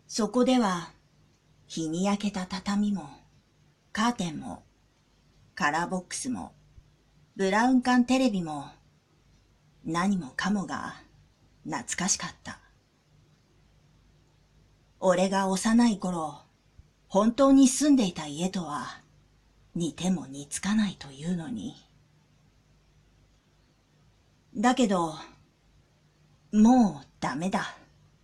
そこでは、日に焼けた畳も、カーテンも、カラーボックスも、ブラウン管テレビも、何もかもが懐かしかった。俺が幼い頃、本当に住んでいた家とは、似ても似つかないというのに。だけど、もうダメだ。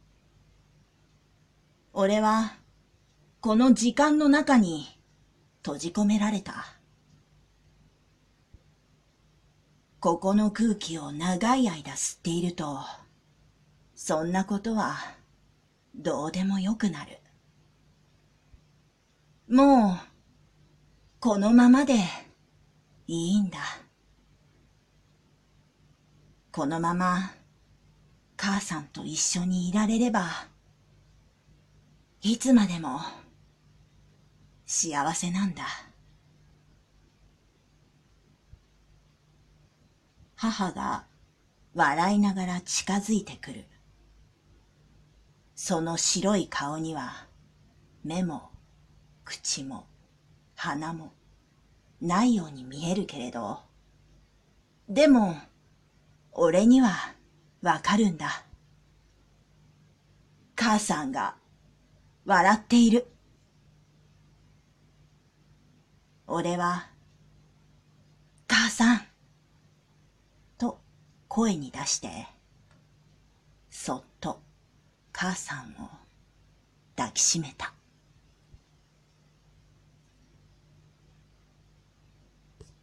俺は、この時間の中に閉じ込められた。ここの空気を長い間吸っていると、そんなことはどうでもよくなる。もう、このままでいいんだ。このまま母さんと一緒にいられれば、いつまでも幸せなんだ。母が笑いながら近づいてくる。その白い顔には目も口も鼻もないように見えるけれど、でも俺にはわかるんだ。母さんが笑っている。俺は、母さんと声に出して、そっと母さんを抱きしめた。